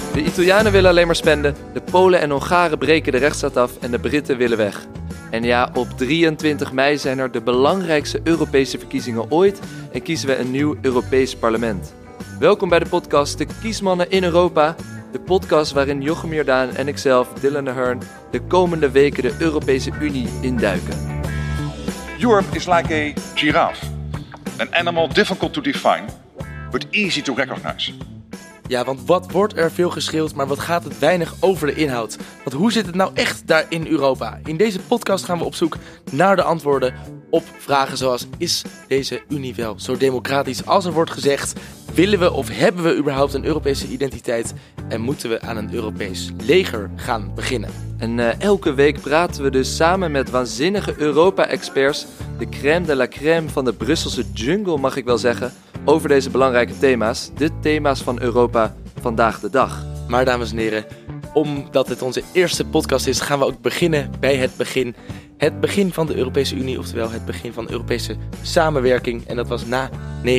De Italianen willen alleen maar spenden, de Polen en Hongaren breken de rechtsstaat af en de Britten willen weg. En ja, op 23 mei zijn er de belangrijkste Europese verkiezingen ooit en kiezen we een nieuw Europees parlement. Welkom bij de podcast De Kiesmannen in Europa. De podcast waarin Jochem Jordaan en ikzelf, Dylan de Hearn, de komende weken de Europese Unie induiken. Europe is like a giraffe. An animal difficult to define, but easy to recognize. Ja, want wat wordt er veel geschreeuwd, maar wat gaat het weinig over de inhoud? Want hoe zit het nou echt daar in Europa? In deze podcast gaan we op zoek naar de antwoorden op vragen zoals: is deze Unie wel zo democratisch als er wordt gezegd? Willen we of hebben we überhaupt een Europese identiteit? En moeten we aan een Europees leger gaan beginnen? En elke week praten we dus samen met waanzinnige Europa-experts, de crème de la crème van de Brusselse jungle mag ik wel zeggen, over deze belangrijke thema's. De thema's van Europa vandaag de dag. Maar dames en heren, omdat het onze eerste podcast is, gaan we ook beginnen bij het begin. Het begin van de Europese Unie, oftewel het begin van de Europese samenwerking. En dat was na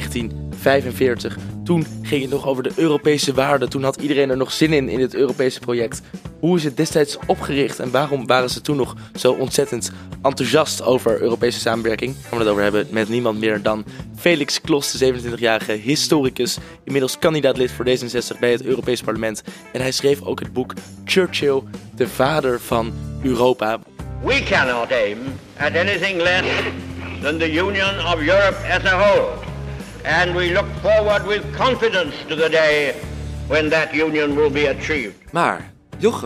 1945. Toen ging het nog over de Europese waarden. Toen had iedereen er nog zin in het Europese project. Hoe is het destijds opgericht en waarom waren ze toen nog zo ontzettend enthousiast over Europese samenwerking? We gaan het over hebben met niemand meer dan Felix Klos, de 27-jarige historicus, inmiddels kandidaatlid voor D66 bij het Europees Parlement. En hij schreef ook het boek Churchill, de vader van Europa. We cannot aim at anything less than the union of Europe as a whole. And we look forward with confidence to the day when that union will be achieved. Maar, Jochem,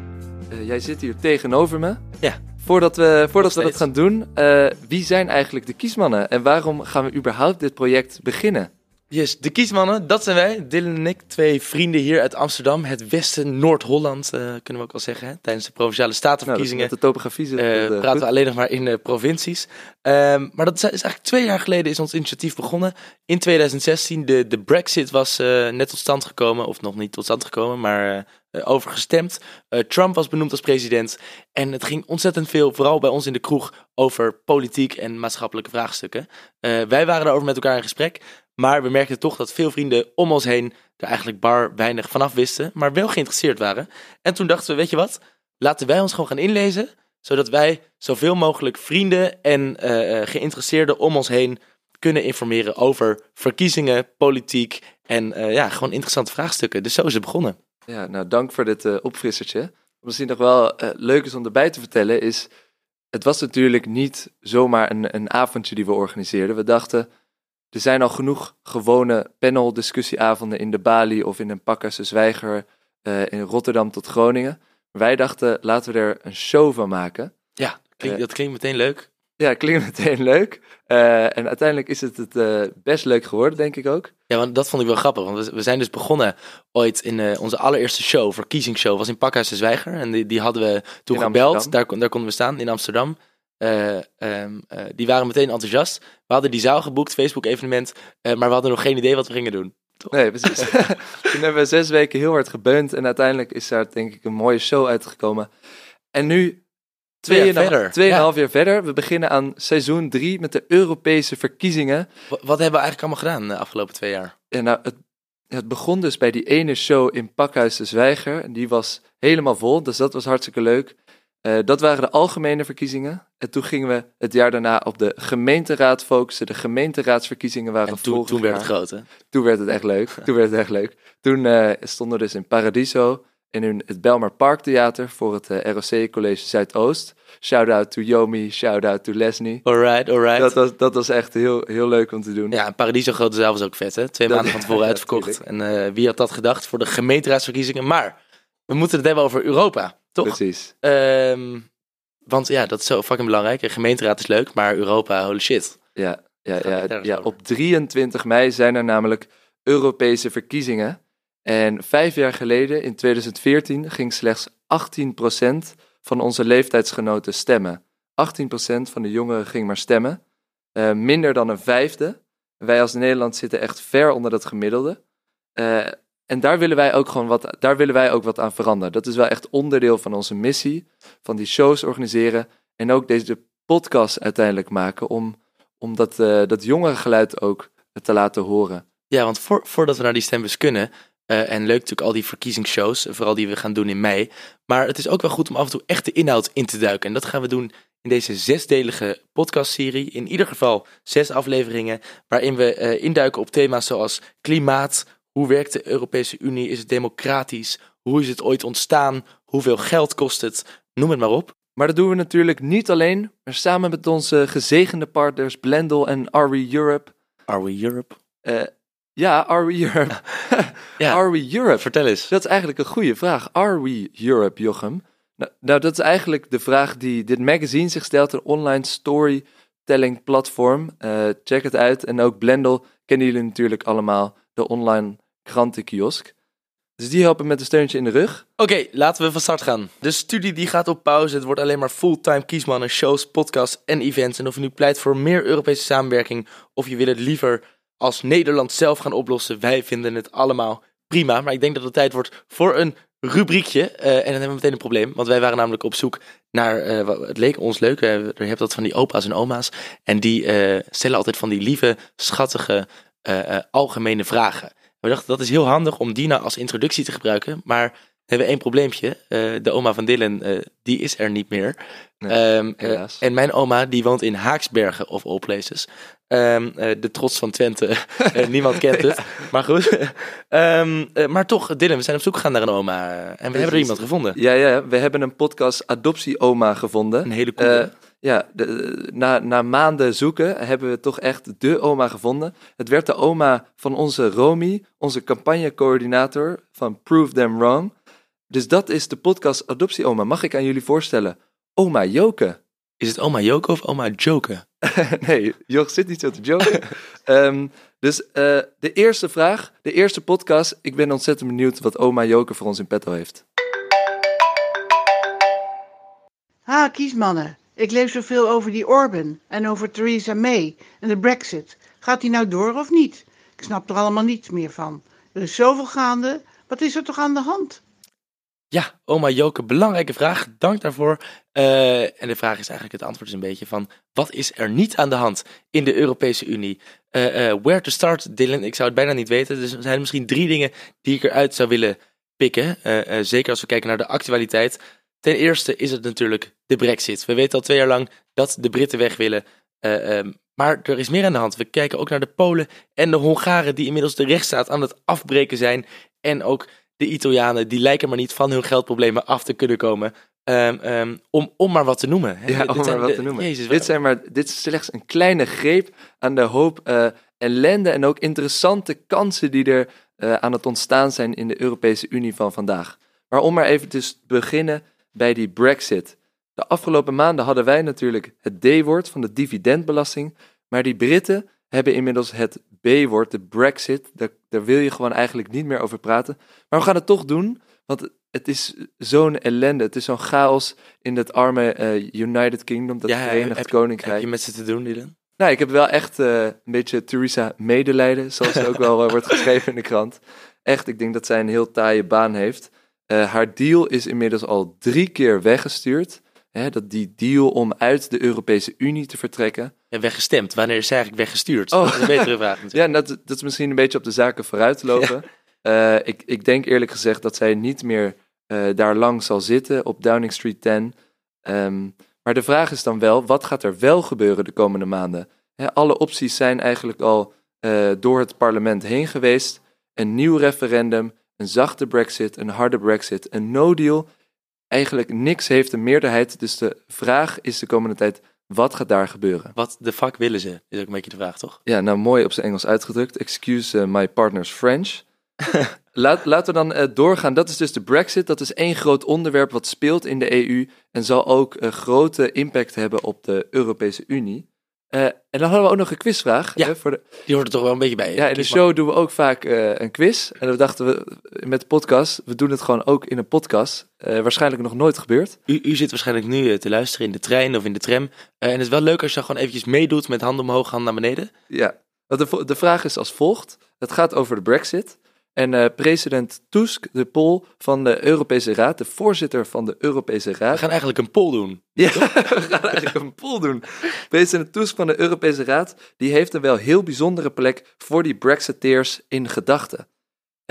jij zit hier tegenover me. Ja. Voordat we dat gaan doen, wie zijn eigenlijk de kiesmannen? En waarom gaan we überhaupt dit project beginnen? Yes, de kiesmannen, dat zijn wij, Dylan en ik, twee vrienden hier uit Amsterdam, het westen Noord-Holland, kunnen we ook wel zeggen, hè? Tijdens de Provinciale Statenverkiezingen. Nou, de topografie praten we alleen nog maar in provincies. Maar dat is eigenlijk 2 jaar geleden is ons initiatief begonnen. In 2016, de Brexit was net tot stand gekomen, of nog niet tot stand gekomen, maar overgestemd. Trump was benoemd als president en het ging ontzettend veel, vooral bij ons in de kroeg, over politiek en maatschappelijke vraagstukken. Wij waren daarover met elkaar in gesprek. Maar we merkten toch dat veel vrienden om ons heen er eigenlijk bar weinig vanaf wisten, maar wel geïnteresseerd waren. En toen dachten we, weet je wat, laten wij ons gewoon gaan inlezen, zodat wij zoveel mogelijk vrienden en geïnteresseerden om ons heen kunnen informeren over verkiezingen, politiek en gewoon interessante vraagstukken. Dus zo is het begonnen. Ja, nou dank voor dit opfrissertje. Wat misschien nog wel leuk is om erbij te vertellen is, het was natuurlijk niet zomaar een avondje die we organiseerden. We dachten, er zijn al genoeg gewone panel-discussieavonden in de Bali of in een Pakhuis Zwijger in Rotterdam tot Groningen. Wij dachten, laten we er een show van maken. Ja, dat klinkt meteen leuk. Ja, klinkt meteen leuk. En uiteindelijk is het best leuk geworden, denk ik ook. Ja, want dat vond ik wel grappig. Want we zijn dus begonnen ooit in onze allereerste show, verkiezingsshow, was in Pakhuis Zwijger. En die hadden we toen in gebeld. Daar konden we staan, in Amsterdam. Die waren meteen enthousiast. We hadden die zaal geboekt, Facebook-evenement, maar we hadden nog geen idee wat we gingen doen. Toch? Nee, precies. Toen hebben we 6 weken heel hard gebeund en uiteindelijk is daar denk ik een mooie show uitgekomen. En nu, 2,5 jaar verder, we beginnen aan seizoen 3 met de Europese verkiezingen. Wat hebben we eigenlijk allemaal gedaan de afgelopen 2 jaar? Ja, nou, het begon dus bij die ene show in Pakhuis de Zwijger. En die was helemaal vol, dus dat was hartstikke leuk. Dat waren de algemene verkiezingen. En toen gingen we het jaar daarna op de gemeenteraad focussen. De gemeenteraadsverkiezingen waren vorig toen werd jaar. het groot, hè? Toen werd het echt leuk. Toen stonden we dus in Paradiso. In het Belmar Park Theater voor het ROC College Zuidoost. Shout-out to Yomi, shout-out to Leslie. Alright. Dat was echt heel leuk om te doen. Ja, Paradiso grote zaal was ook vet, hè? 2 maanden van tevoren uitverkocht. En wie had dat gedacht voor de gemeenteraadsverkiezingen? Maar we moeten het hebben over Europa. Toch? Precies. Want ja, dat is zo fucking belangrijk. De gemeenteraad is leuk, maar Europa, holy shit. Ja, op 23 mei zijn er namelijk Europese verkiezingen. En 5 jaar geleden, in 2014, ging slechts 18% van onze leeftijdsgenoten stemmen. 18% van de jongeren ging maar stemmen. Minder dan een vijfde. Wij als Nederland zitten echt ver onder dat gemiddelde. En daar willen wij ook wat aan veranderen. Dat is wel echt onderdeel van onze missie, van die shows organiseren en ook deze podcast uiteindelijk maken om dat jongere geluid ook te laten horen. Ja, want voordat we naar die stembus kunnen, En leuk natuurlijk al die verkiezingsshows, vooral die we gaan doen in mei. Maar het is ook wel goed om af en toe echt de inhoud in te duiken. En dat gaan we doen in deze 6-delige podcastserie. In ieder geval 6 afleveringen waarin we induiken op thema's zoals klimaat. Hoe werkt de Europese Unie? Is het democratisch? Hoe is het ooit ontstaan? Hoeveel geld kost het? Noem het maar op. Maar dat doen we natuurlijk niet alleen, maar samen met onze gezegende partners Blendel en Are We Europe. Are We Europe? Ja, Are We Europe? Ja. Are We Europe? Vertel eens. Dat is eigenlijk een goede vraag. Are We Europe, Jochem? Nou, dat is eigenlijk de vraag die dit magazine zich stelt, een online storytelling platform. Check het uit. En ook Blendel kennen jullie natuurlijk allemaal, de online krantenkiosk. Dus die helpen met een steuntje in de rug. Oké, laten we van start gaan. De studie die gaat op pauze. Het wordt alleen maar fulltime kiesmannen, shows, podcasts en events. En of je nu pleit voor meer Europese samenwerking of je wil het liever als Nederland zelf gaan oplossen, wij vinden het allemaal prima. Maar ik denk dat het tijd wordt voor een rubriekje. En dan hebben we meteen een probleem. Want wij waren namelijk op zoek naar, het leek ons leuk. Je hebt dat van die opa's en oma's. En die stellen altijd van die lieve, schattige, algemene vragen. We dachten, dat is heel handig om die nou als introductie te gebruiken. Maar we hebben één probleempje. De oma van Dylan, die is er niet meer. Nee, helaas. En mijn oma, die woont in Haaksbergen, of all places. De trots van Twente. Niemand kent het. Maar goed. Maar toch, Dylan, we zijn op zoek gegaan naar een oma. En we hebben er iemand gevonden. Ja, we hebben een podcast Adoptie-oma gevonden. Een hele coole. Na maanden zoeken hebben we toch echt de oma gevonden. Het werd de oma van onze Romy, onze campagnecoördinator van Prove Them Wrong. Dus dat is de podcast Adoptie-oma. Mag ik aan jullie voorstellen? Oma Joke. Is het oma Joke of oma Joke? Nee, Joch zit niet zo te joken. De eerste vraag, de eerste podcast. Ik ben ontzettend benieuwd wat oma Joke voor ons in petto heeft. Kiesmannen. Ik lees zoveel over die Orbán en over Theresa May en de Brexit. Gaat die nou door of niet? Ik snap er allemaal niets meer van. Er is zoveel gaande. Wat is er toch aan de hand? Ja, oma Joke, belangrijke vraag. Dank daarvoor. En de vraag is eigenlijk, het antwoord is een beetje van, wat is er niet aan de hand in de Europese Unie? Where to start, Dylan? Ik zou het bijna niet weten. Dus er zijn misschien 3 dingen die ik eruit zou willen pikken. Zeker als we kijken naar de actualiteit. Ten eerste is het natuurlijk de Brexit. We weten al 2 jaar lang dat de Britten weg willen. Maar er is meer aan de hand. We kijken ook naar de Polen en de Hongaren die inmiddels de rechtsstaat aan het afbreken zijn. En ook de Italianen, die lijken maar niet van hun geldproblemen af te kunnen komen. Om maar wat te noemen. Hè? Ja, om maar wat te noemen. Jezus, dit is slechts een kleine greep aan de hoop ellende en ook interessante kansen die er aan het ontstaan zijn in de Europese Unie van vandaag. Maar om maar even te beginnen bij die Brexit. De afgelopen maanden hadden wij natuurlijk het D-woord van de dividendbelasting, maar die Britten hebben inmiddels het B-woord, de Brexit. Daar wil je gewoon eigenlijk niet meer over praten. Maar we gaan het toch doen, want het is zo'n ellende. Het is zo'n chaos in dat arme United Kingdom, dat Verenigd Koninkrijk. Heb je met ze te doen, Dylan? Nou, ik heb wel echt een beetje Theresa medelijden, zoals ze ook wel wordt geschreven in de krant. Echt, ik denk dat zij een heel taaie baan heeft. Haar deal is inmiddels al 3 keer weggestuurd. Die deal om uit de Europese Unie te vertrekken. En weggestemd. Wanneer is zij eigenlijk weggestuurd? Oh. Dat is een betere vraag natuurlijk. Ja, dat is misschien een beetje op de zaken vooruit lopen. Ja. Ik denk eerlijk gezegd dat zij niet meer daar lang zal zitten op Downing Street 10. Maar de vraag is dan wel, wat gaat er wel gebeuren de komende maanden? Alle opties zijn eigenlijk al door het parlement heen geweest. Een nieuw referendum, een zachte Brexit, een harde Brexit, een no-deal. Eigenlijk niks heeft een meerderheid, dus de vraag is de komende tijd, wat gaat daar gebeuren? Wat de fuck willen ze, is ook een beetje de vraag, toch? Ja, nou mooi op zijn Engels uitgedrukt. Excuse my partner's French. Laten we dan doorgaan. Dat is dus de Brexit. Dat is 1 groot onderwerp wat speelt in de EU en zal ook grote impact hebben op de Europese Unie. En dan hadden we ook nog een quizvraag. Ja, die hoort er toch wel een beetje bij. Ja, in de show doen we ook vaak een quiz. En dan dachten we met de podcast, we doen het gewoon ook in een podcast. Waarschijnlijk nog nooit gebeurd. U zit waarschijnlijk nu te luisteren in de trein of in de tram. En het is wel leuk als je gewoon eventjes meedoet met handen omhoog, handen naar beneden. Ja, want de vraag is als volgt. Het gaat over de Brexit. En president Tusk, de Pool van de Europese Raad, de voorzitter van de Europese Raad. We gaan eigenlijk een poll doen. Ja, we gaan eigenlijk een poll doen. President Tusk van de Europese Raad, die heeft een wel heel bijzondere plek voor die Brexiteers in gedachten.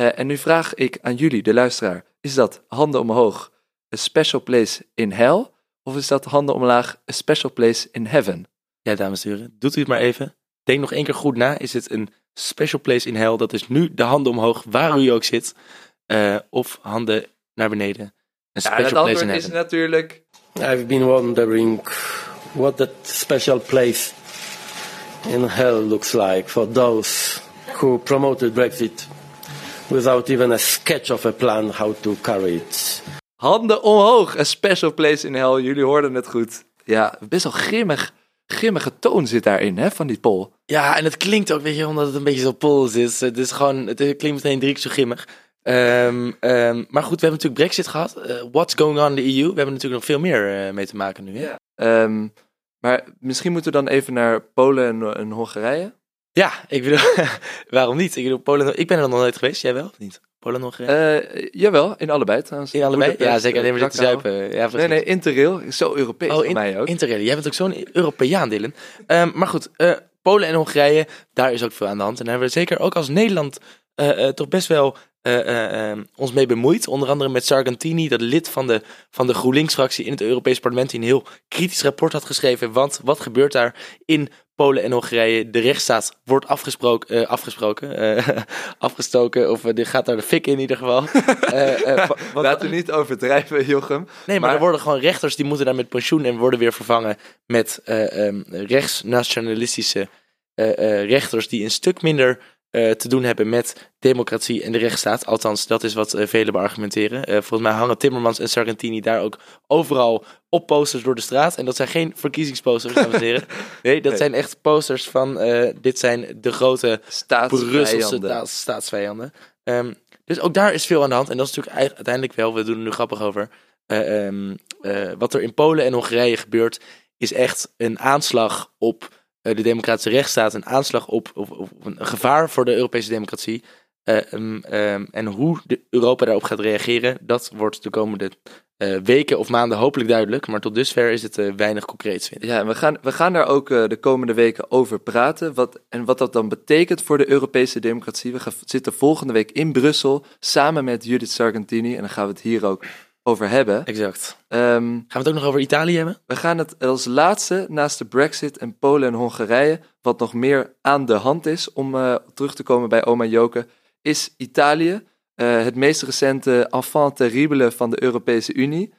En nu vraag ik aan jullie, de luisteraar, is dat handen omhoog, a special place in hell? Of is dat handen omlaag, a special place in heaven? Ja, dames en heren, doet u het maar even. Denk nog 1 keer goed na. Is het een special place in hell? Dat is nu de handen omhoog, waar u ook zit. Of handen naar beneden. Een special het place in antwoord is heaven. natuurlijk... I've been wondering what that special place in hell looks like for those who promoted Brexit without even a sketch of a plan how to carry it. Handen omhoog, a special place in hell. Jullie hoorden het goed. Ja, best wel grimmige toon zit daarin, hè, van die poll. Ja, en het klinkt ook, weet je, omdat het een beetje zo Pools is. Het klinkt meteen 3 keer zo grimmig. Maar goed, we hebben natuurlijk Brexit gehad. What's going on in the EU? We hebben natuurlijk nog veel meer mee te maken nu. Hè? Ja. Maar misschien moeten we dan even naar Polen en Hongarije. Ja, ik bedoel, waarom niet? Ik ben er nog nooit geweest, jij wel of niet? Polen en Hongarije? Jawel, in allebei trouwens. In allebei? Budapest, Ja, zeker alleen maar zitten zuipen. Ja, nee, Interrail. Zo Europees voor mij ook. Interrail. Jij bent ook zo'n Europeaan, Dylan. Maar goed, Polen en Hongarije, daar is ook veel aan de hand. En daar hebben we zeker ook als Nederland toch best wel ons mee bemoeid. Onder andere met Sargentini, dat lid van de GroenLinks-fractie in het Europees Parlement, die een heel kritisch rapport had geschreven. Want wat gebeurt daar in Polen en Hongarije? De rechtsstaat wordt afgestoken, of dit gaat daar de fik in ieder geval. Laten we niet overdrijven, Jochem. Nee, maar er worden gewoon rechters, die moeten daar met pensioen en worden weer vervangen met rechtsnationalistische rechters die een stuk minder te doen hebben met democratie en de rechtsstaat. Althans, dat is wat velen beargumenteren. Volgens mij hangen Timmermans en Sargentini daar ook overal op posters door de straat. En dat zijn geen verkiezingsposters, dames en heren. Nee, dat zijn echt posters van dit zijn de grote Brusselse staatsvijanden. Dus ook daar is veel aan de hand. En dat is natuurlijk uiteindelijk wel, we doen er nu grappig over. Wat er in Polen en Hongarije gebeurt, is echt een aanslag op de democratische rechtsstaat, een aanslag op een gevaar voor de Europese democratie. En hoe Europa daarop gaat reageren, dat wordt de komende weken of maanden hopelijk duidelijk. Maar tot dusver is het weinig concreets, vind ik. Ja, en we gaan daar ook de komende weken over praten. Wat dat dan betekent voor de Europese democratie. We zitten volgende week in Brussel samen met Judith Sargentini. En dan gaan we het hier ook over hebben. Exact. Gaan we het ook nog over Italië hebben? We gaan het als laatste, naast de Brexit en Polen en Hongarije, wat nog meer aan de hand is, om terug te komen bij oma Joke, is Italië. Het meest recente enfant terrible van de Europese Unie.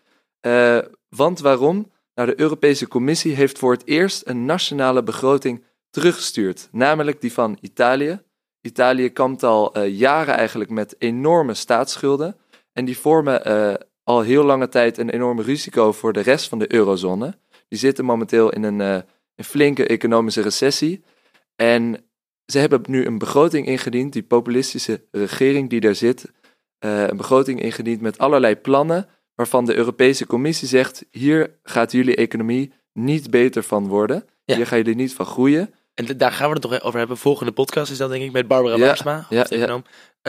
Want waarom? Nou, de Europese Commissie heeft voor het eerst een nationale begroting teruggestuurd. Namelijk die van Italië. Italië kampt al jaren eigenlijk met enorme staatsschulden. En die vormen al heel lange tijd een enorm risico voor de rest van de eurozone. Die zitten momenteel in een flinke economische recessie. En ze hebben nu een begroting ingediend, die populistische regering die daar zit, een begroting ingediend met allerlei plannen, waarvan de Europese Commissie zegt, hier gaat jullie economie niet beter van worden. Ja. Hier gaan jullie niet van groeien. En daar gaan we het toch over hebben. Volgende podcast is dat, denk ik, met Barbara Baarsma. Ja.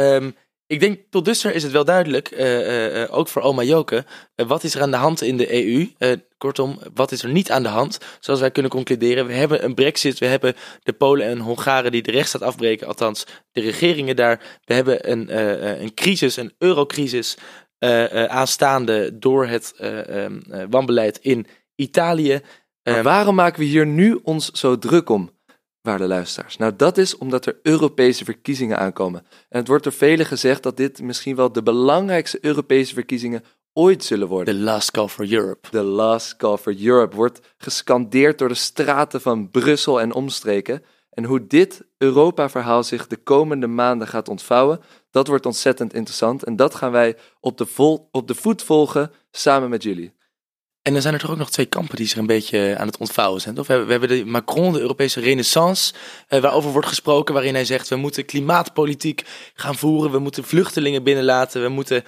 Ik denk, tot dusver is het wel duidelijk, ook voor oma Joke, wat is er aan de hand in de EU? Kortom, wat is er niet aan de hand? Zoals wij kunnen concluderen, we hebben een Brexit, we hebben de Polen en Hongaren die de rechtsstaat afbreken, althans de regeringen daar. We hebben een crisis, een eurocrisis aanstaande door het wanbeleid in Italië. Maar waarom maken we hier nu ons zo druk om, waarde luisteraars? Nou, dat is omdat er Europese verkiezingen aankomen. En het wordt door velen gezegd dat dit misschien wel de belangrijkste Europese verkiezingen ooit zullen worden. The last call for Europe. The last call for Europe wordt gescandeerd door de straten van Brussel en omstreken. En hoe dit Europa-verhaal zich de komende maanden gaat ontvouwen, dat wordt ontzettend interessant. En dat gaan wij op de voet volgen samen met jullie. En dan zijn er toch ook nog 2 kampen die zich een beetje aan het ontvouwen zijn. Toch? We hebben de Macron, de Europese renaissance, waarover wordt gesproken, waarin hij zegt, we moeten klimaatpolitiek gaan voeren, we moeten vluchtelingen binnenlaten, we moeten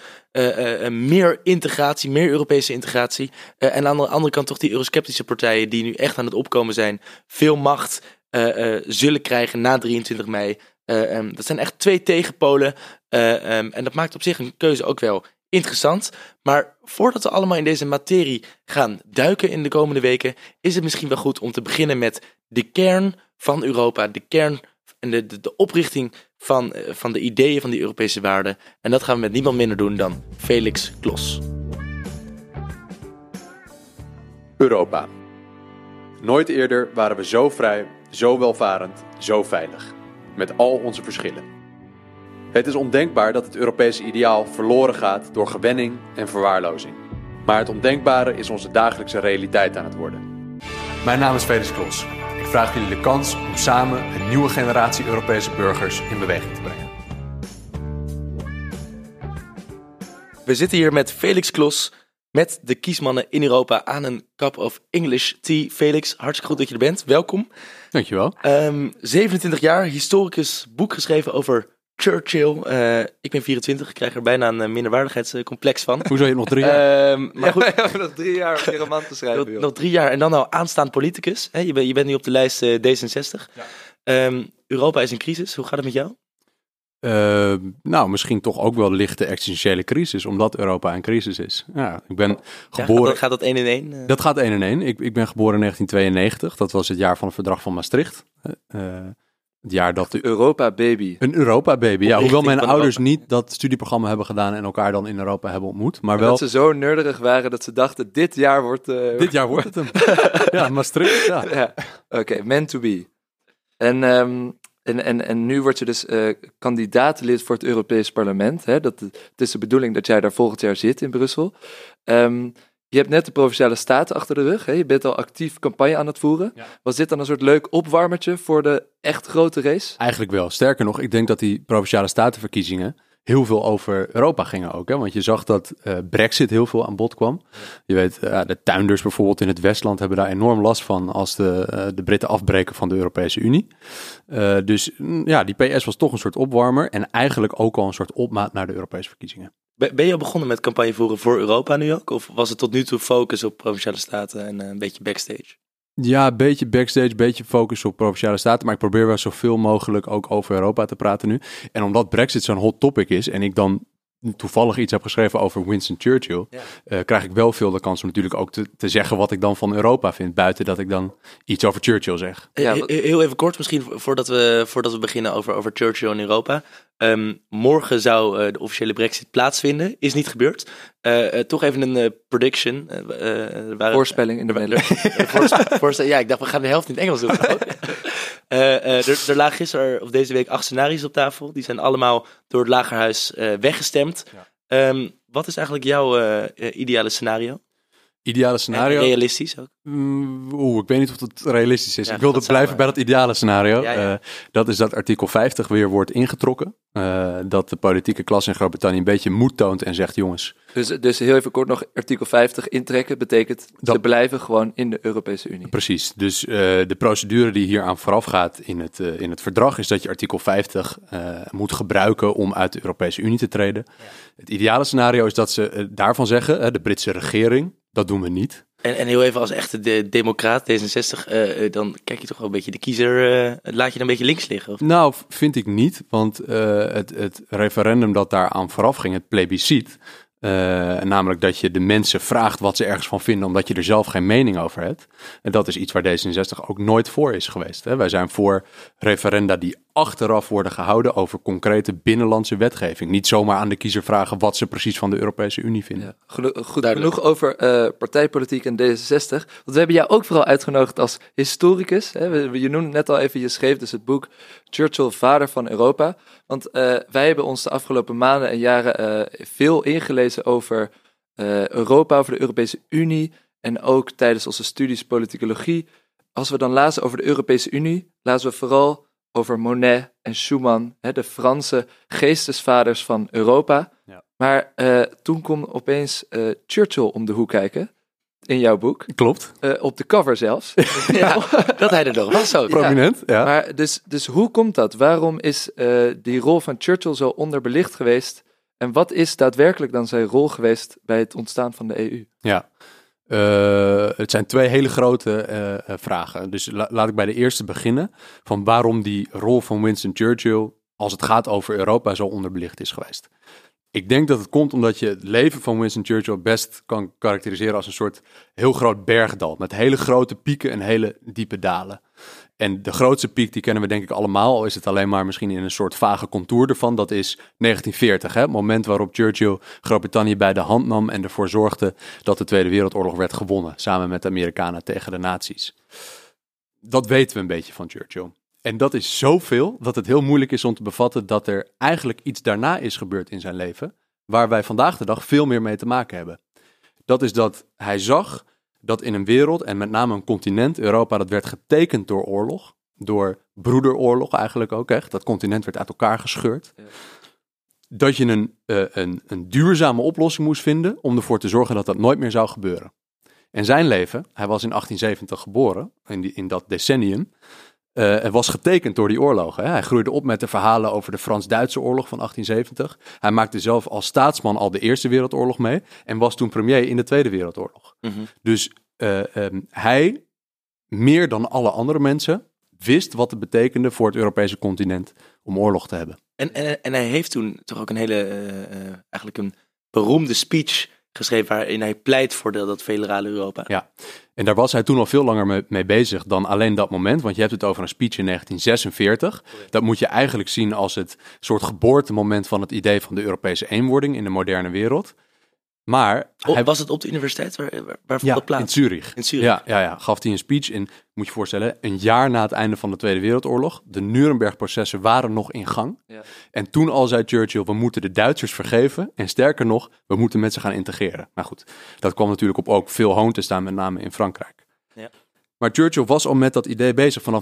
meer integratie, meer Europese integratie. En aan de andere kant toch die eurosceptische partijen die nu echt aan het opkomen zijn, veel macht zullen krijgen na 23 mei. Dat zijn echt 2 tegenpolen. En dat maakt op zich een keuze ook wel interessant, maar voordat we allemaal in deze materie gaan duiken in de komende weken, is het misschien wel goed om te beginnen met de kern van Europa, de kern en de oprichting van de ideeën van die Europese waarden. En dat gaan we met niemand minder doen dan Felix Klos. Europa. Nooit eerder waren we zo vrij, zo welvarend, zo veilig. Met al onze verschillen. Het is ondenkbaar dat het Europese ideaal verloren gaat door gewenning en verwaarlozing. Maar het ondenkbare is onze dagelijkse realiteit aan het worden. Mijn naam is Felix Klos. Ik vraag jullie de kans om samen een nieuwe generatie Europese burgers in beweging te brengen. We zitten hier met Felix Klos, met de kiesmannen in Europa aan een cup of English tea. Felix, hartstikke goed dat je er bent. Welkom. Dankjewel. 27 jaar, historicus, boek geschreven over Churchill. Ik ben 24, ik krijg er bijna een minderwaardigheidscomplex van. Hoezo je nog 3 jaar? Maar goed, We hebben nog 3 jaar om die roman te schrijven. Joh. nog 3 jaar en dan al aanstaand politicus. Hè? Je bent nu op de lijst D66. Ja. Europa is in crisis. Hoe gaat het met jou? Nou, misschien toch ook wel lichte existentiële crisis, omdat Europa in crisis is. Ja, ik ben geboren... Ja, gaat dat 1 in 1? Dat gaat 1 in 1. Ik ben geboren in 1992. Dat was het jaar van het verdrag van Maastricht. Het jaar dat Europa-baby. Een Europa-baby, ja. Hoewel mijn ouders niet dat studieprogramma hebben gedaan en elkaar dan in Europa hebben ontmoet. Maar wel... Dat ze zo nerderig waren dat ze dachten, dit jaar wordt... Dit jaar wordt het hem. Ja, Maastricht, ja. Ja. Oké, meant to be. En nu word je dus kandidaatlid voor het Europees Parlement. Hè? Het is de bedoeling dat jij daar volgend jaar zit in Brussel. Je hebt net de Provinciale Staten achter de rug. Hè? Je bent al actief campagne aan het voeren. Ja. Was dit dan een soort leuk opwarmertje voor de echt grote race? Eigenlijk wel. Sterker nog, ik denk dat die Provinciale Statenverkiezingen heel veel over Europa gingen ook. Hè? Want je zag dat Brexit heel veel aan bod kwam. Je weet, de tuinders bijvoorbeeld in het Westland hebben daar enorm last van als de Britten afbreken van de Europese Unie. Dus die PS was toch een soort opwarmer en eigenlijk ook al een soort opmaat naar de Europese verkiezingen. Ben je al begonnen met campagne voeren voor Europa nu ook? Of was het tot nu toe focus op Provinciale Staten en een beetje backstage? Ja, een beetje backstage, een beetje focus op Provinciale Staten. Maar ik probeer wel zoveel mogelijk ook over Europa te praten nu. En omdat Brexit zo'n hot topic is en ik dan toevallig iets heb geschreven over Winston Churchill, krijg ik wel veel de kans om natuurlijk ook te zeggen wat ik dan van Europa vind, buiten dat ik dan iets over Churchill zeg. Heel even kort misschien, voordat we beginnen over Churchill in Europa. Morgen zou de officiële Brexit plaatsvinden, is niet gebeurd. Toch even een prediction. Voorspelling in de Nederlands. Ja, ik dacht we gaan de helft in het Engels doen. Er lagen gisteren of deze week 8 scenario's op tafel. Die zijn allemaal door het Lagerhuis weggestemd. Ja. Wat is eigenlijk jouw ideale scenario? Ideale scenario? En realistisch ook? Ik weet niet of het realistisch is. Ja, ik wilde blijven bij dat ideale scenario. Ja. Dat is dat artikel 50 weer wordt ingetrokken. Dat de politieke klasse in Groot-Brittannië een beetje moed toont en zegt, jongens... Dus heel even kort nog, artikel 50 intrekken betekent ze blijven gewoon in de Europese Unie. Precies, dus de procedure die hier aan vooraf gaat in het verdrag is dat je artikel 50 moet gebruiken om uit de Europese Unie te treden. Ja. Het ideale scenario is dat ze daarvan zeggen, de Britse regering, dat doen we niet. En heel even als echte democraat, D66, dan kijk je toch wel een beetje de kiezer, laat je dan een beetje links liggen? Of? Nou, vind ik niet, want het referendum dat daar aan vooraf ging, het plebisciet, namelijk dat je de mensen vraagt wat ze ergens van vinden, omdat je er zelf geen mening over hebt. En dat is iets waar D66 ook nooit voor is geweest. Hè. Wij zijn voor referenda die achteraf worden gehouden over concrete binnenlandse wetgeving. Niet zomaar aan de kiezer vragen wat ze precies van de Europese Unie vinden. Ja, goed genoeg over partijpolitiek en D66. Want we hebben jou ook vooral uitgenodigd als historicus. Hè. Je noemde net al even, je schreef dus het boek Churchill, vader van Europa. Want wij hebben ons de afgelopen maanden en jaren veel ingelezen over Europa, over de Europese Unie. En ook tijdens onze studies politicologie. Als we dan lazen over de Europese Unie, lazen we vooral over Monet en Schuman, de Franse geestesvaders van Europa. Ja. Maar toen kwam opeens Churchill om de hoek kijken, in jouw boek. Klopt. Op de cover zelfs. Ja, dat hij er nog was ook. Prominent, ja. Maar dus hoe komt dat? Waarom is die rol van Churchill zo onderbelicht geweest? En wat is daadwerkelijk dan zijn rol geweest bij het ontstaan van de EU? Ja. Het zijn 2 hele grote vragen. Dus laat ik bij de eerste beginnen. Van waarom die rol van Winston Churchill, als het gaat over Europa, zo onderbelicht is geweest. Ik denk dat het komt omdat je het leven van Winston Churchill best kan karakteriseren als een soort heel groot bergdal. Met hele grote pieken en hele diepe dalen. En de grootste piek, die kennen we denk ik allemaal, al is het alleen maar misschien in een soort vage contour ervan. Dat is 1940, hè? Het moment waarop Churchill Groot-Brittannië bij de hand nam en ervoor zorgde dat de Tweede Wereldoorlog werd gewonnen. Samen met de Amerikanen tegen de nazi's. Dat weten we een beetje van Churchill. En dat is zoveel dat het heel moeilijk is om te bevatten dat er eigenlijk iets daarna is gebeurd in zijn leven, waar wij vandaag de dag veel meer mee te maken hebben. Dat is dat hij zag dat in een wereld, en met name een continent, Europa, dat werd getekend door oorlog, door broederoorlog eigenlijk ook echt. Dat continent werd uit elkaar gescheurd. Ja. Dat je een duurzame oplossing moest vinden om ervoor te zorgen dat dat nooit meer zou gebeuren. En zijn leven, hij was in 1870 geboren, in dat decennium, het was getekend door die oorlogen. Hè. Hij groeide op met de verhalen over de Frans-Duitse oorlog van 1870. Hij maakte zelf als staatsman al de Eerste Wereldoorlog mee en was toen premier in de Tweede Wereldoorlog. Mm-hmm. Dus hij, meer dan alle andere mensen, wist wat het betekende voor het Europese continent om oorlog te hebben. En hij heeft toen toch ook een hele, eigenlijk een beroemde speech geschreven waarin hij pleit voor dat federale Europa. Ja, en daar was hij toen al veel langer mee bezig dan alleen dat moment. Want je hebt het over een speech in 1946. Dat moet je eigenlijk zien als het soort geboortemoment van het idee van de Europese eenwording in de moderne wereld. Maar was het op de universiteit? Waar vond dat plaats? In Zurich. Ja, gaf hij een speech in, moet je voorstellen, een jaar na het einde van de Tweede Wereldoorlog. De Nuremberg-processen waren nog in gang. Ja. En toen al zei Churchill, we moeten de Duitsers vergeven. En sterker nog, we moeten met ze gaan integreren. Nou goed, dat kwam natuurlijk op ook veel hoon te staan, met name in Frankrijk. Ja. Maar Churchill was al met dat idee bezig vanaf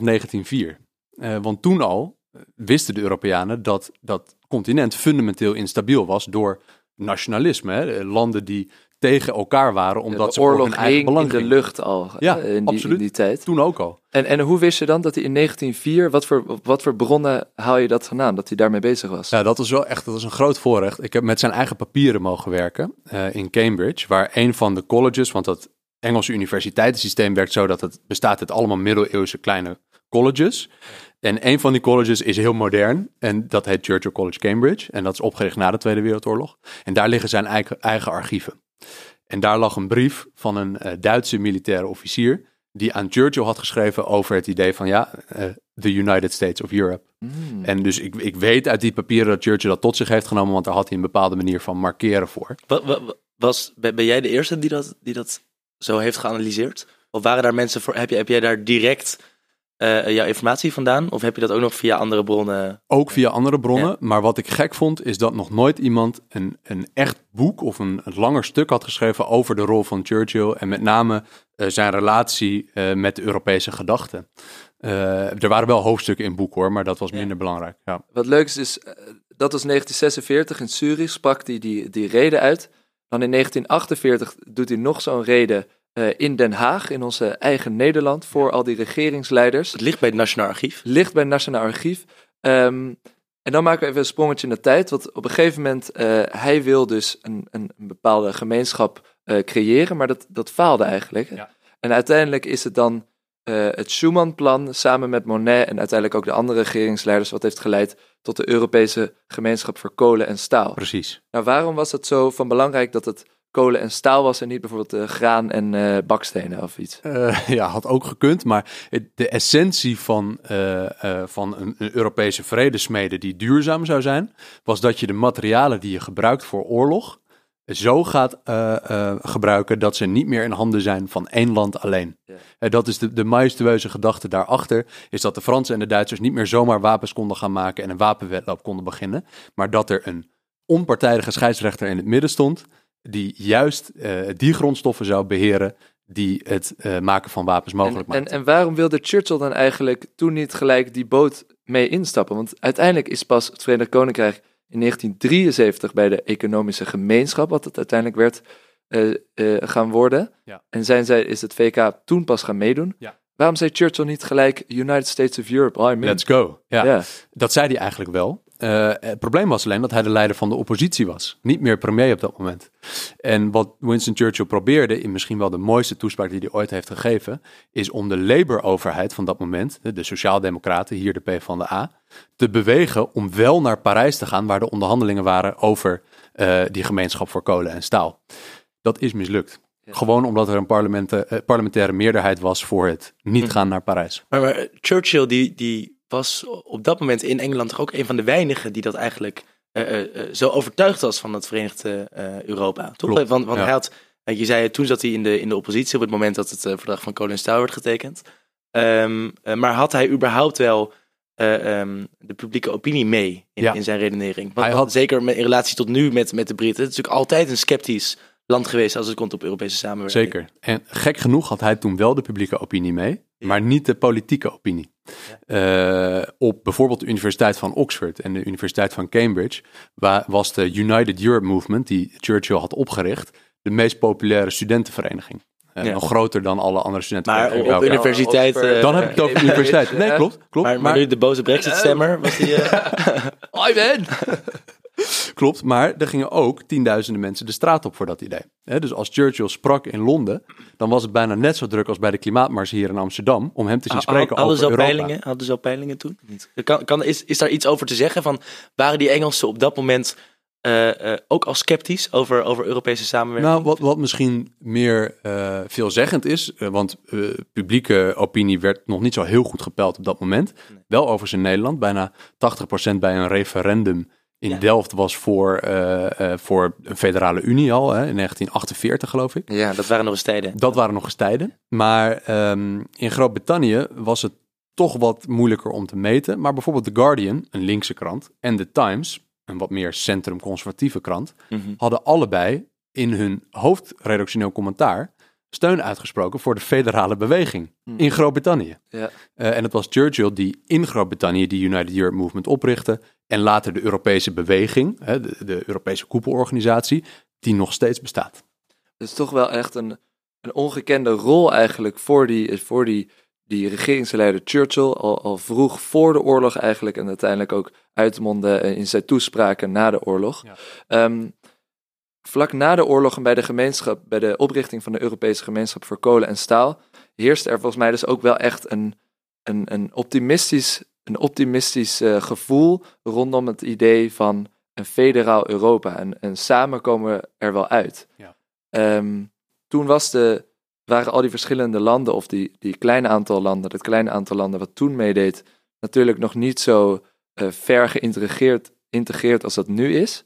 1904. Want toen al wisten de Europeanen dat dat continent fundamenteel instabiel was door nationalisme, hè? Landen die tegen elkaar waren omdat ze voor hun eigen belang in de lucht al. Ja, in absoluut. Die tijd. Toen ook al. En hoe wist je dan dat hij in 1904, wat voor bronnen haal je dat vandaan, dat hij daarmee bezig was? Ja, dat was een groot voorrecht. Ik heb met zijn eigen papieren mogen werken in Cambridge, waar een van de colleges, want dat Engelse universiteitssysteem werkt zo dat het bestaat uit allemaal middeleeuwse kleine colleges. En een van die colleges is heel modern en dat heet Churchill College Cambridge. En dat is opgericht na de Tweede Wereldoorlog. En daar liggen zijn eigen archieven. En daar lag een brief van een Duitse militaire officier die aan Churchill had geschreven over het idee van the United States of Europe. Mm. En dus ik weet uit die papieren dat Churchill dat tot zich heeft genomen, want daar had hij een bepaalde manier van markeren voor. Ben jij de eerste die dat zo heeft geanalyseerd? Of waren daar mensen voor? Heb jij daar direct jouw informatie vandaan? Of heb je dat ook nog via andere bronnen? Ook via andere bronnen. Ja. Maar wat ik gek vond, is dat nog nooit iemand een echt boek of een langer stuk had geschreven over de rol van Churchill en met name zijn relatie met de Europese gedachten. Er waren wel hoofdstukken in het boek hoor, maar dat was minder belangrijk. Ja. Wat leuk is, dat was 1946 in Zurich, sprak hij die reden uit. Dan in 1948 doet hij nog zo'n reden in Den Haag, in onze eigen Nederland, voor al die regeringsleiders. Het ligt bij het Nationaal Archief. Ligt bij het Nationaal Archief. En dan maken we even een sprongetje in de tijd, want op een gegeven moment, hij wil dus een bepaalde gemeenschap creëren, maar dat faalde eigenlijk. Ja. En uiteindelijk is het dan het Schuman-plan samen met Monnet en uiteindelijk ook de andere regeringsleiders, wat heeft geleid tot de Europese gemeenschap voor kolen en staal. Precies. Nou, waarom was het zo van belangrijk dat het kolen en staal was en niet bijvoorbeeld graan en bakstenen of iets? Had ook gekund, maar de essentie van een Europese vredesmede die duurzaam zou zijn, was dat je de materialen die je gebruikt voor oorlog zo gaat gebruiken dat ze niet meer in handen zijn van één land alleen. Ja. Dat is de majestueuze gedachte daarachter, is dat de Fransen en de Duitsers niet meer zomaar wapens konden gaan maken en een wapenwedloop konden beginnen, maar dat er een onpartijdige scheidsrechter in het midden stond, die juist die grondstoffen zou beheren die het maken van wapens mogelijk maakt. En waarom wilde Churchill dan eigenlijk toen niet gelijk die boot mee instappen? Want uiteindelijk is pas het Verenigd Koninkrijk in 1973 bij de Economische Gemeenschap, wat het uiteindelijk werd, gaan worden. Ja. En is het VK toen pas gaan meedoen. Ja. Waarom zei Churchill niet gelijk United States of Europe? Let's go. Ja. Dat zei hij eigenlijk wel. Het probleem was alleen dat hij de leider van de oppositie was. Niet meer premier op dat moment. En wat Winston Churchill probeerde, in misschien wel de mooiste toespraak die hij ooit heeft gegeven, is om de Labour-overheid van dat moment, de Sociaaldemocraten, hier de PvdA, te bewegen om wel naar Parijs te gaan, waar de onderhandelingen waren over die gemeenschap voor kolen en staal. Dat is mislukt. Ja. Gewoon omdat er een parlementaire meerderheid was voor het niet gaan naar Parijs. Maar Churchill die was op dat moment in Engeland toch ook een van de weinigen die dat eigenlijk zo overtuigd was van het Verenigde Europa. Toch? Want hij had, je zei toen zat hij in de oppositie op het moment dat het verdrag van kolen en staal werd getekend. Maar had hij überhaupt wel de publieke opinie mee in zijn redenering? Want zeker in relatie tot nu met de Britten. Het is natuurlijk altijd een sceptisch land geweest als het komt op Europese samenwerking. Zeker. En gek genoeg had hij toen wel de publieke opinie mee, maar niet de politieke opinie. Ja. Op bijvoorbeeld de Universiteit van Oxford en de Universiteit van Cambridge was de United Europe Movement, die Churchill had opgericht, de meest populaire studentenvereniging. Nog groter dan alle andere studenten. Maar op universiteit... dan heb ik het over de universiteit. Nee, klopt. Maar nu de boze Brexit-stemmer was die... I ben! Klopt, maar er gingen ook 10.000 mensen de straat op voor dat idee. Dus als Churchill sprak in Londen, dan was het bijna net zo druk als bij de klimaatmars hier in Amsterdam om hem te zien spreken over Europa. Hadden ze al peilingen toen? Is daar iets over te zeggen? Van, waren die Engelsen op dat moment ook al sceptisch over Europese samenwerking? Nou, wat misschien meer veelzeggend is, want publieke opinie werd nog niet zo heel goed gepeild op dat moment. Nee. Wel overigens in Nederland, bijna 80% bij een referendum in Delft was voor een federale unie al, in 1948 geloof ik. Ja, dat waren nog eens tijden. Dat waren nog eens tijden. Maar in Groot-Brittannië was het toch wat moeilijker om te meten. Maar bijvoorbeeld The Guardian, een linkse krant, en The Times, een wat meer centrum-conservatieve krant, hadden allebei in hun hoofdredactioneel commentaar steun uitgesproken voor de federale beweging in Groot-Brittannië. Ja. En het was Churchill die in Groot-Brittannië die United Europe Movement oprichtte en later de Europese beweging, de Europese koepelorganisatie, die nog steeds bestaat. Het is toch wel echt een ongekende rol eigenlijk voor die regeringsleider Churchill, al vroeg voor de oorlog eigenlijk en uiteindelijk ook uitmondde in zijn toespraken na de oorlog. Ja. Vlak na de oorlog en bij de oprichting van de Europese gemeenschap voor kolen en staal heerst er volgens mij dus ook wel echt een optimistisch gevoel rondom het idee van een federaal Europa. En samen komen we er wel uit. Ja. Toen waren al die verschillende landen, of die kleine aantal landen, dat kleine aantal landen wat toen meedeed, natuurlijk nog niet zo ver geïntegreerd als dat nu is.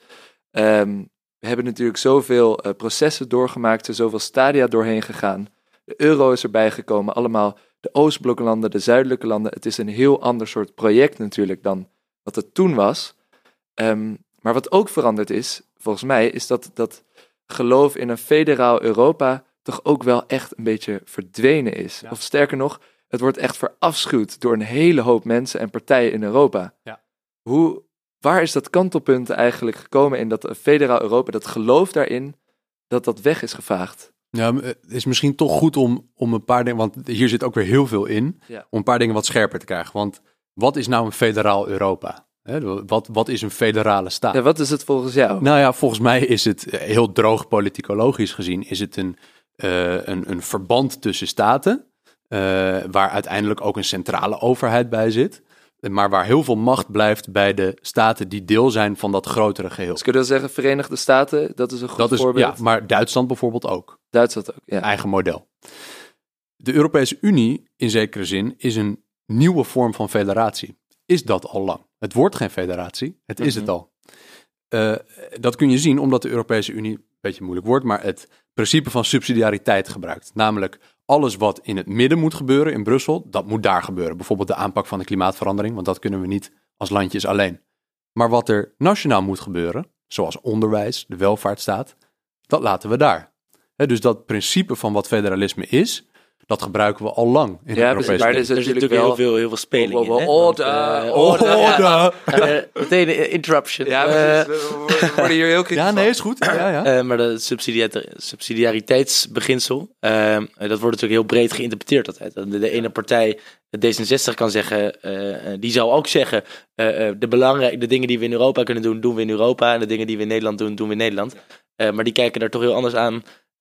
We hebben natuurlijk zoveel processen doorgemaakt, er zoveel stadia doorheen gegaan. De euro is erbij gekomen, allemaal de Oostbloklanden, de zuidelijke landen. Het is een heel ander soort project natuurlijk dan wat het toen was. Maar wat ook veranderd is, volgens mij, is dat geloof in een federaal Europa toch ook wel echt een beetje verdwenen is. Ja. Of sterker nog, het wordt echt verafschuwd door een hele hoop mensen en partijen in Europa. Ja. Waar is dat kantelpunt eigenlijk gekomen in dat federaal Europa, dat geloof daarin, dat weg is gevaagd? Ja, het is misschien toch goed om een paar dingen, want hier zit ook weer heel veel in, om een paar dingen wat scherper te krijgen. Want wat is nou een federaal Europa? Wat is een federale staat? Ja, wat is het volgens jou? Nou ja, volgens mij is het heel droog politicologisch gezien, is het een verband tussen staten, waar uiteindelijk ook een centrale overheid bij zit. Maar waar heel veel macht blijft bij de staten die deel zijn van dat grotere geheel. Dus kun je zeggen Verenigde Staten, dat is een goed voorbeeld. Ja, maar Duitsland bijvoorbeeld ook. Duitsland ook, ja. Eigen model. De Europese Unie, in zekere zin, is een nieuwe vorm van federatie. Is dat al lang? Het wordt geen federatie, het is het al. Dat kun je zien omdat de Europese Unie, een beetje moeilijk woord, maar het principe van subsidiariteit gebruikt. Namelijk, alles wat in het midden moet gebeuren in Brussel, dat moet daar gebeuren. Bijvoorbeeld de aanpak van de klimaatverandering, want dat kunnen we niet als landjes alleen. Maar wat er nationaal moet gebeuren, zoals onderwijs, de welvaartsstaat, dat laten we daar. Dus dat principe van wat federalisme is, dat gebruiken we al lang in de Europese Unie. Maar er zit natuurlijk heel veel speling in. Order. Meteen een interruption. Ja, we worden hier heel kritisch. Ja, nee, is goed. Ja. Maar dat subsidiariteitsbeginsel, dat wordt natuurlijk heel breed geïnterpreteerd altijd. De ene partij, D66, kan zeggen, die zou ook zeggen, de dingen die we in Europa kunnen doen, doen we in Europa. En de dingen die we in Nederland doen, doen we in Nederland. Maar die kijken daar toch heel anders aan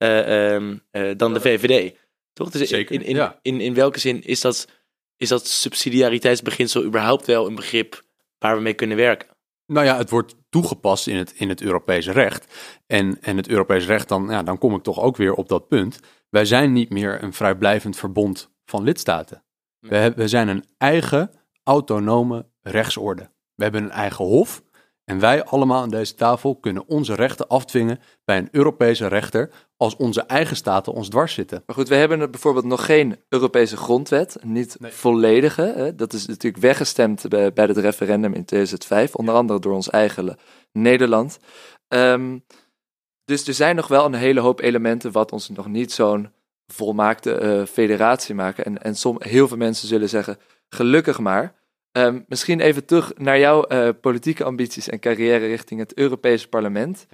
dan de VVD. Toch? Dus in welke zin is dat subsidiariteitsbeginsel überhaupt wel een begrip waar we mee kunnen werken? Nou ja, het wordt toegepast in het Europese recht. En het Europese recht, dan kom ik toch ook weer op dat punt. Wij zijn niet meer een vrijblijvend verbond van lidstaten. We zijn een eigen autonome rechtsorde. We hebben een eigen hof. En wij allemaal aan deze tafel kunnen onze rechten afdwingen bij een Europese rechter als onze eigen staten ons dwars zitten. Maar goed, we hebben bijvoorbeeld nog geen Europese grondwet, niet volledige. Hè? Dat is natuurlijk weggestemd bij het referendum in 2005, onder andere door ons eigen Nederland. Dus er zijn nog wel een hele hoop elementen wat ons nog niet zo'n volmaakte federatie maken. En heel veel mensen zullen zeggen, gelukkig maar. Misschien even terug naar jouw politieke ambities en carrière richting het Europese parlement.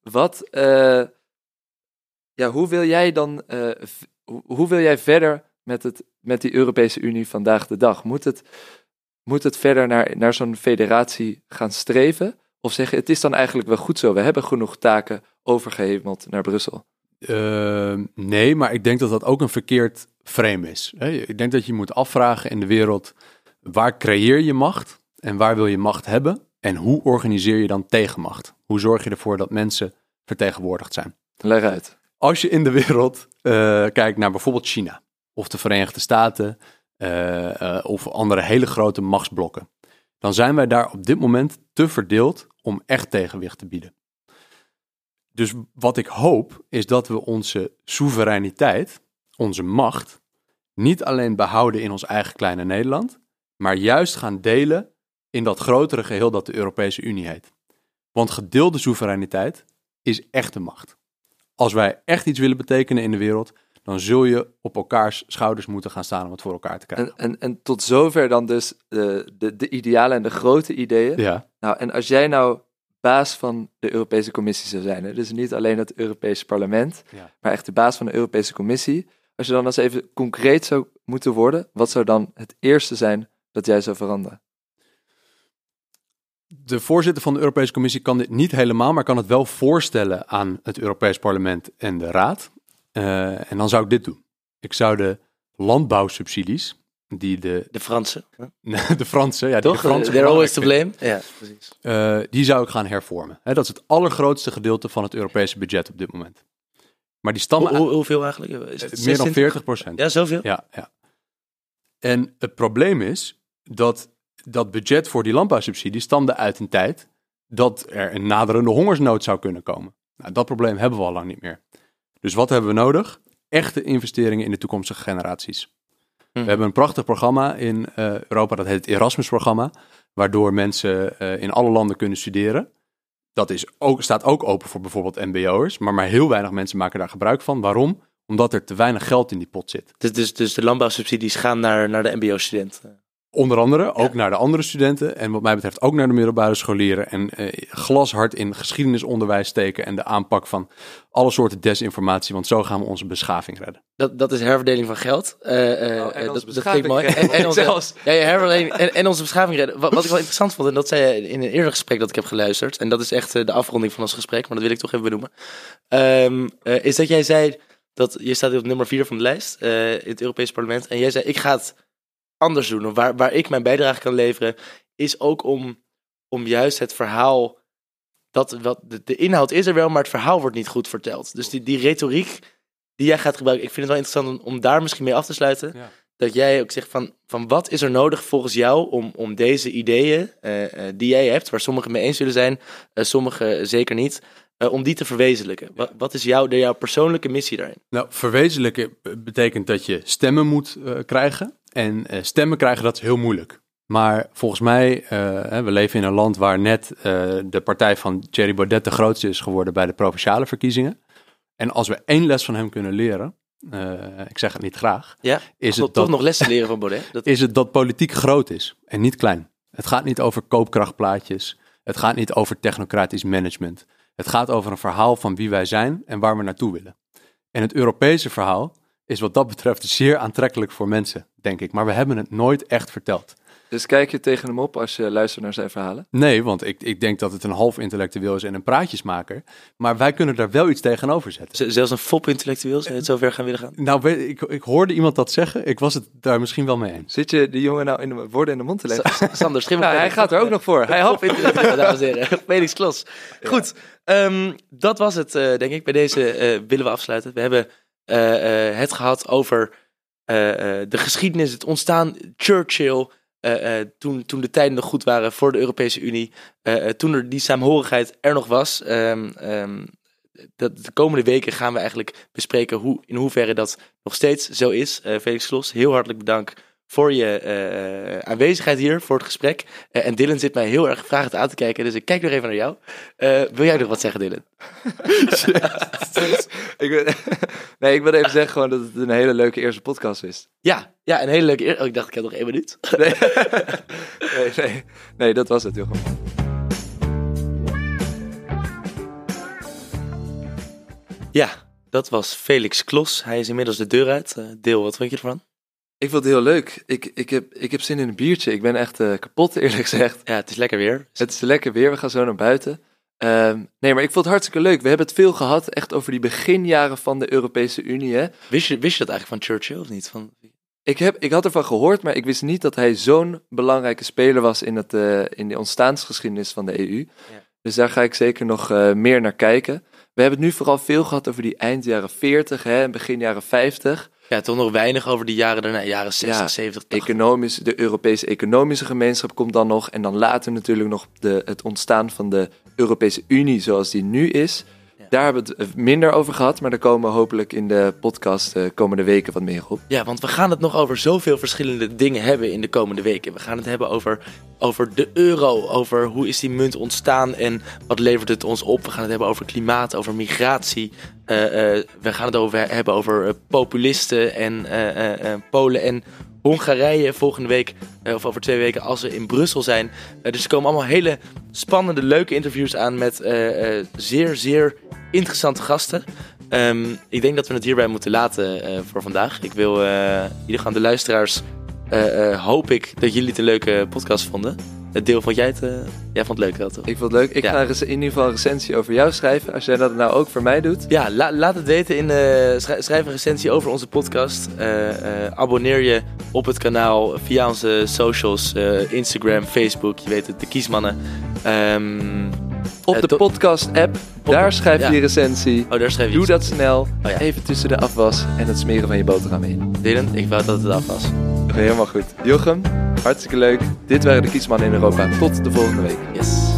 Ja. Hoe wil jij dan, hoe wil jij verder met die Europese Unie vandaag de dag? Moet het verder naar zo'n federatie gaan streven? Of zeggen, het is dan eigenlijk wel goed zo, we hebben genoeg taken overgeheveld naar Brussel? Nee, maar ik denk dat dat ook een verkeerd frame is. Ik denk dat je moet afvragen in de wereld, waar creëer je macht en waar wil je macht hebben? En hoe organiseer je dan tegenmacht? Hoe zorg je ervoor dat mensen vertegenwoordigd zijn? Leg uit. Als je in de wereld kijkt naar bijvoorbeeld China of de Verenigde Staten of andere hele grote machtsblokken, dan zijn wij daar op dit moment te verdeeld om echt tegenwicht te bieden. Dus wat ik hoop is dat we onze soevereiniteit, onze macht, niet alleen behouden in ons eigen kleine Nederland, maar juist gaan delen in dat grotere geheel dat de Europese Unie heet. Want gedeelde soevereiniteit is echte macht. Als wij echt iets willen betekenen in de wereld, dan zul je op elkaars schouders moeten gaan staan om het voor elkaar te krijgen. En tot zover dan dus de idealen en de grote ideeën. Ja. Nou, en als jij nou baas van de Europese Commissie zou zijn, hè? Dus niet alleen het Europese parlement, maar echt de baas van de Europese Commissie. Als je dan eens even concreet zou moeten worden, wat zou dan het eerste zijn dat jij zou veranderen? De voorzitter van de Europese Commissie kan dit niet helemaal, maar kan het wel voorstellen aan het Europees Parlement en de Raad. En dan zou ik dit doen. Ik zou de landbouwsubsidies, die de Fransen. de Fransen, ja, toch? De Fransen they're always to blame. Ja, precies. Die zou ik gaan hervormen. Dat is het allergrootste gedeelte van het Europese budget op dit moment. Maar die stammen... Hoeveel eigenlijk? Is het meer dan 40%. Ja, zoveel? Ja. En het probleem is dat budget voor die landbouwsubsidie stamde uit een tijd dat er een naderende hongersnood zou kunnen komen. Nou, dat probleem hebben we al lang niet meer. Dus wat hebben we nodig? Echte investeringen in de toekomstige generaties. We hebben een prachtig programma in Europa, dat heet het Erasmus-programma, waardoor mensen in alle landen kunnen studeren. Dat staat ook open voor bijvoorbeeld mbo'ers, maar heel weinig mensen maken daar gebruik van. Waarom? Omdat er te weinig geld in die pot zit. Dus de landbouwsubsidies gaan naar de mbo-student? Onder andere, ook naar de andere studenten en wat mij betreft ook naar de middelbare scholieren en glashard in geschiedenisonderwijs steken en de aanpak van alle soorten desinformatie, want zo gaan we onze beschaving redden. Dat is herverdeling van geld. Dat vind ik mooi. En onze beschaving redden. Wat ik wel interessant vond, en dat zei je in een eerder gesprek dat ik heb geluisterd, en dat is echt de afronding van ons gesprek, maar dat wil ik toch even benoemen, is dat jij zei, dat je staat op nummer 4 van de lijst in het Europese parlement, en jij zei, ik ga het anders doen, of waar ik mijn bijdrage kan leveren, is ook om juist het verhaal, de inhoud is er wel, maar het verhaal wordt niet goed verteld. Dus die retoriek die jij gaat gebruiken, ik vind het wel interessant om daar misschien mee af te sluiten, dat jij ook zegt van wat is er nodig volgens jou om deze ideeën die jij hebt, waar sommigen mee eens zullen zijn, sommigen zeker niet, om die te verwezenlijken. Wat is jouw persoonlijke missie daarin? Nou, verwezenlijken betekent dat je stemmen moet krijgen. En stemmen krijgen, dat is heel moeilijk. Maar volgens mij, we leven in een land waar net de partij van Thierry Baudet de grootste is geworden bij de provinciale verkiezingen. En als we 1 les van hem kunnen leren, ik zeg het niet graag, is het toch nog lessen leren van Baudet? Is het dat politiek groot is en niet klein. Het gaat niet over koopkrachtplaatjes. Het gaat niet over technocratisch management. Het gaat over een verhaal van wie wij zijn en waar we naartoe willen. En het Europese verhaal is wat dat betreft zeer aantrekkelijk voor mensen, denk ik. Maar we hebben het nooit echt verteld. Dus kijk je tegen hem op als je luistert naar zijn verhalen? Nee, want ik denk dat het een half intellectueel is en een praatjesmaker. Maar wij kunnen daar wel iets tegenover zetten. Zelfs een fop-intellectueel, zou je het zover gaan willen gaan? Nou, ik hoorde iemand dat zeggen. Ik was het daar misschien wel mee eens. Zit je die jongen nou in de woorden in de mond te leggen? Sander Schimmel. Nou, hij gaat er ook nog voor. Hij had dames en heren. Felix Klos. Goed, dat was het, denk ik. Bij deze willen we afsluiten. We hebben het gehad over de geschiedenis, het ontstaan, Churchill. Toen de tijden nog goed waren voor de Europese Unie. Toen er die saamhorigheid er nog was. De komende weken gaan we eigenlijk bespreken in hoeverre dat nog steeds zo is. Felix Klos, heel hartelijk bedankt voor je aanwezigheid hier, voor het gesprek. En Dylan zit mij heel erg vragend aan te kijken, dus ik kijk nog even naar jou. Wil jij nog wat zeggen, Dylan? Ik wil even zeggen gewoon dat het een hele leuke eerste podcast is. Ja, een hele leuke ik dacht, ik heb nog 1 minuut. Nee, dat was het, Jochem. Ja, dat was Felix Klos. Hij is inmiddels de deur uit. Deel, wat vond je ervan? Ik vond het heel leuk. Ik heb zin in een biertje. Ik ben echt kapot, eerlijk gezegd. Ja, het is lekker weer. Het is lekker weer. We gaan zo naar buiten. Nee, maar ik vond het hartstikke leuk. We hebben het veel gehad, echt over die beginjaren van de Europese Unie. Hè? Wist je dat eigenlijk van Churchill of niet? Ik had ervan gehoord, maar ik wist niet dat hij zo'n belangrijke speler was in de ontstaansgeschiedenis van de EU. Ja. Dus daar ga ik zeker nog meer naar kijken. We hebben het nu vooral veel gehad over die eind jaren 40 en begin jaren 50. Ja, toch nog weinig over die jaren daarna, jaren 60, 70, 80. De Europese Economische Gemeenschap komt dan nog. En dan later natuurlijk nog het ontstaan van de Europese Unie zoals die nu is. Ja. Daar hebben we het minder over gehad, maar daar komen we hopelijk in de podcast de komende weken wat meer op. Ja, want we gaan het nog over zoveel verschillende dingen hebben in de komende weken. We gaan het hebben over de euro, over hoe is die munt ontstaan en wat levert het ons op. We gaan het hebben over klimaat, over migratie. We gaan het hebben over populisten en Polen en Hongarije volgende week, of over 2 weken als we in Brussel zijn. Dus er komen allemaal hele spannende, leuke interviews aan met zeer, zeer interessante gasten. Ik denk dat we het hierbij moeten laten voor vandaag. Ik wil in ieder geval de luisteraars, hoop ik dat jullie het een leuke podcast vonden. Het Deel, vond jij het? Jij vond het leuk, wel, toch? Ik vond het leuk. Ik ga in ieder geval een recensie over jou schrijven. Als jij dat nou ook voor mij doet. Ja, laat het weten. Schrijf een recensie over onze podcast. Abonneer je op het kanaal via onze socials. Instagram, Facebook. Je weet het, de Kiesmannen. Op de podcast-app. Daar schrijf je je recensie. Oh, daar schrijf je Doe dat snel. Oh, ja. Even tussen de afwas en het smeren van je boterham in. Dylan, ik wou dat het af was. Helemaal goed. Jochem, hartstikke leuk. Dit waren de Kiesmannen in Europa. Tot de volgende week. Yes.